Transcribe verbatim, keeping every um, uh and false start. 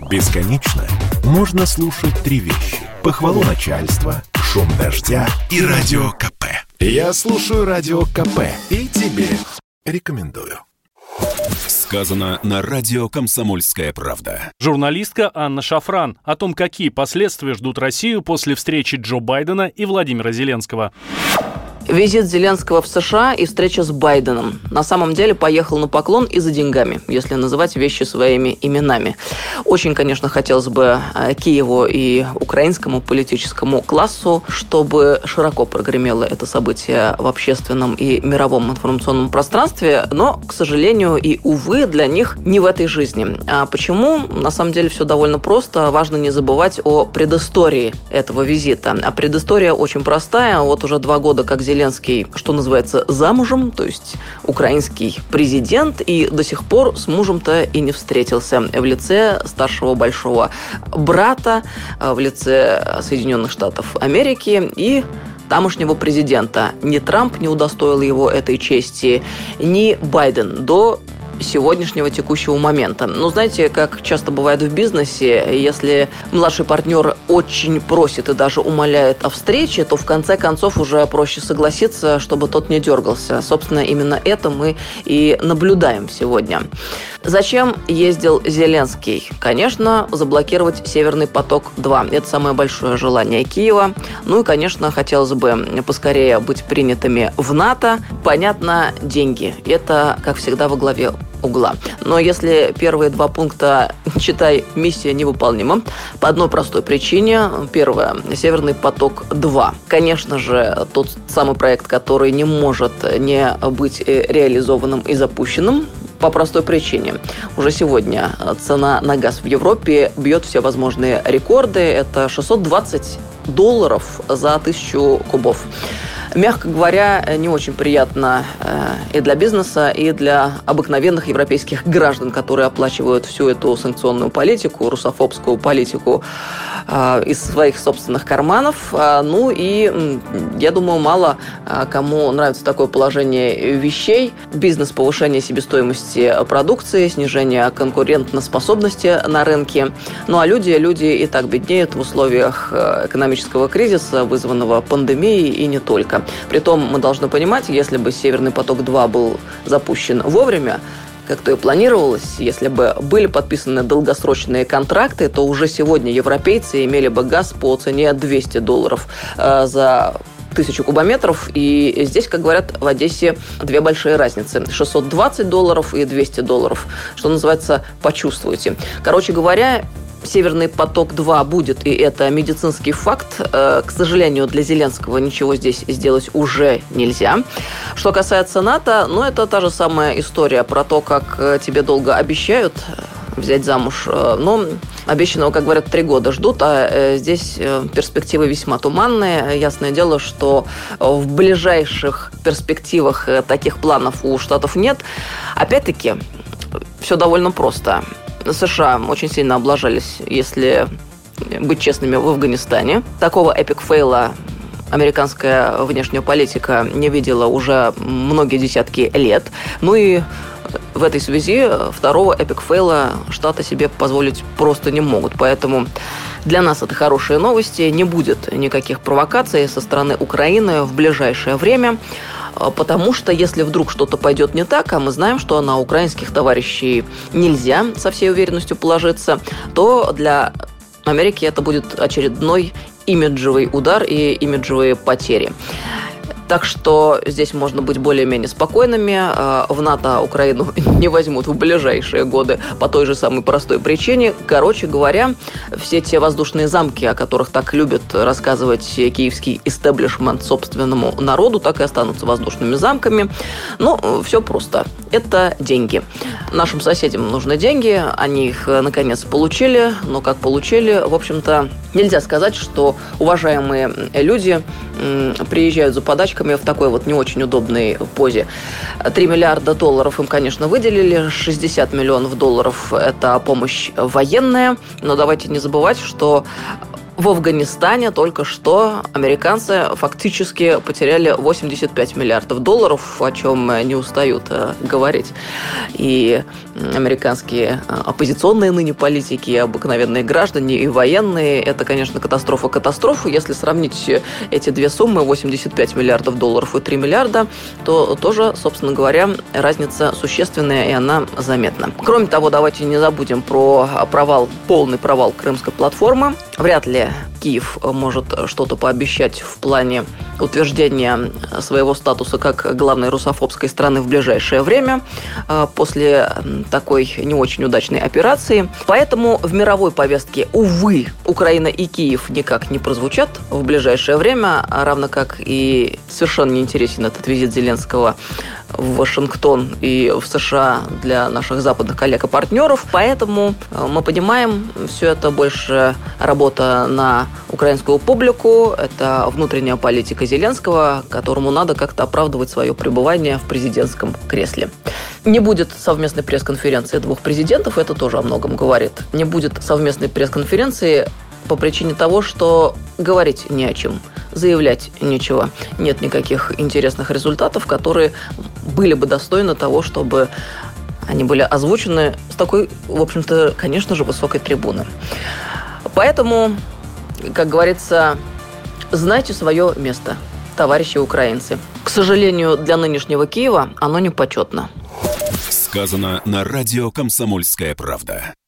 Бесконечно можно слушать три вещи: похвалу начальства, шум дождя и радио КП. Я слушаю радио КП и тебе рекомендую. Сказано на радио «Комсомольская правда». Журналистка Анна Шафран о том, какие последствия ждут Россию после встречи Джо Байдена и Владимира Зеленского. Визит Зеленского в США и встреча с Байденом. На самом деле поехал на поклон и за деньгами, если называть вещи своими именами. Очень, конечно, хотелось бы Киеву и украинскому политическому классу, чтобы широко прогремело это событие в общественном и мировом информационном пространстве, но, к сожалению и увы, для них не в этой жизни. А почему? На самом деле все довольно просто. Важно не забывать о предыстории этого визита. А предыстория очень простая. Вот уже два года, как Зеленский Зеленский, что называется, замужем, то есть украинский президент, и до сих пор с мужем-то и не встретился в лице старшего большого брата, в лице Соединенных Штатов Америки и тамошнего президента. Ни Трамп не удостоил его этой чести, ни Байден до сегодняшнего текущего момента. Но знаете, как часто бывает в бизнесе, если младший партнер очень просит и даже умоляет о встрече, то в конце концов уже проще согласиться, чтобы тот не дергался. Собственно, именно это мы и наблюдаем сегодня. Зачем ездил Зеленский? Конечно, заблокировать «Северный поток-два». Это самое большое желание Киева. Ну и, конечно, хотелось бы поскорее быть принятыми в НАТО. Понятно, деньги. Это, как всегда, во главе угла. Но если первые два пункта, читай, миссия невыполнима, по одной простой причине. Первое, «Северный поток-два». Конечно же, тот самый проект, который не может не быть реализованным и запущенным, по простой причине. Уже сегодня цена на газ в Европе бьет все возможные рекорды. Это шестьсот двадцать долларов за тысячу кубов. Мягко говоря, не очень приятно и для бизнеса, и для обыкновенных европейских граждан, которые оплачивают всю эту санкционную политику, русофобскую политику из своих собственных карманов. Ну и, я думаю, мало кому нравится такое положение вещей. Бизнес, повышение себестоимости продукции, снижение конкурентоспособности на рынке. Ну а люди, люди и так беднеют в условиях экономического кризиса, вызванного пандемией и не только. Притом мы должны понимать, если бы «Северный поток-два» был запущен вовремя, как то и планировалось, если бы были подписаны долгосрочные контракты, то уже сегодня европейцы имели бы газ по цене двести долларов э, за тысячу кубометров. И здесь, как говорят в Одессе, две большие разницы. шестьсот двадцать долларов и двести долларов. Что называется, почувствуйте. Короче говоря, «Северный поток-два» будет, и это медицинский факт. К сожалению, для Зеленского ничего здесь сделать уже нельзя. Что касается НАТО, ну, это та же самая история про то, как тебе долго обещают взять замуж. Но обещанного, как говорят, три года ждут, а здесь перспективы весьма туманные. Ясное дело, что в ближайших перспективах таких планов у Штатов нет. Опять-таки, все довольно просто. США очень сильно облажались, если быть честными, в Афганистане. Такого эпик-фейла американская внешняя политика не видела уже многие десятки лет. Ну и в этой связи второго эпик-фейла Штаты себе позволить просто не могут. Поэтому для нас это хорошие новости. Не будет никаких провокаций со стороны Украины в ближайшее время. Потому что если вдруг что-то пойдет не так, а мы знаем, что на украинских товарищей нельзя со всей уверенностью положиться, то для Америки это будет очередной имиджевый удар и имиджевые потери. Так что здесь можно быть более-менее спокойными. В НАТО Украину не возьмут в ближайшие годы по той же самой простой причине. Короче говоря, все те воздушные замки, о которых так любят рассказывать киевский истеблишмент собственному народу, так и останутся воздушными замками. Ну, все просто. Это деньги. Нашим соседям нужны деньги. Они их, наконец, получили. Но как получили, в общем-то, нельзя сказать, что уважаемые люди приезжают за подачками в такой вот не очень удобной позе. три миллиарда долларов им, конечно, выделили. шестьдесят миллионов долларов – это помощь военная. Но давайте не забывать, что В Афганистане только что американцы фактически потеряли восемьдесят пять миллиардов долларов, о чем не устают говорить и американские оппозиционные ныне политики, и обыкновенные граждане, и военные. Это, конечно, катастрофа катастрофы. Если сравнить эти две суммы, восемьдесят пять миллиардов долларов и три миллиарда, то тоже, собственно говоря, разница существенная, и она заметна. Кроме того, давайте не забудем про провал, полный провал Крымской платформы. Вряд ли Киев может что-то пообещать в плане утверждения своего статуса как главной русофобской страны в ближайшее время после такой не очень удачной операции. Поэтому в мировой повестке, увы, Украина и Киев никак не прозвучат в ближайшее время, равно как и совершенно неинтересен этот визит Зеленского в Вашингтон и в США для наших западных коллег и партнеров. Поэтому мы понимаем, все это больше работа на украинскую публику, это внутренняя политика Зеленского, которому надо как-то оправдывать свое пребывание в президентском кресле. Не будет совместной пресс-конференции двух президентов, это тоже о многом говорит. Не будет совместной пресс-конференции по причине того, что говорить не о чем, заявлять нечего. Нет никаких интересных результатов, которые были бы достойны того, чтобы они были озвучены с такой, в общем-то, конечно же, высокой трибуны. Поэтому, как говорится, знайте свое место, товарищи украинцы. К сожалению, для нынешнего Киева оно непочетно. Сказано на радио «Комсомольская правда».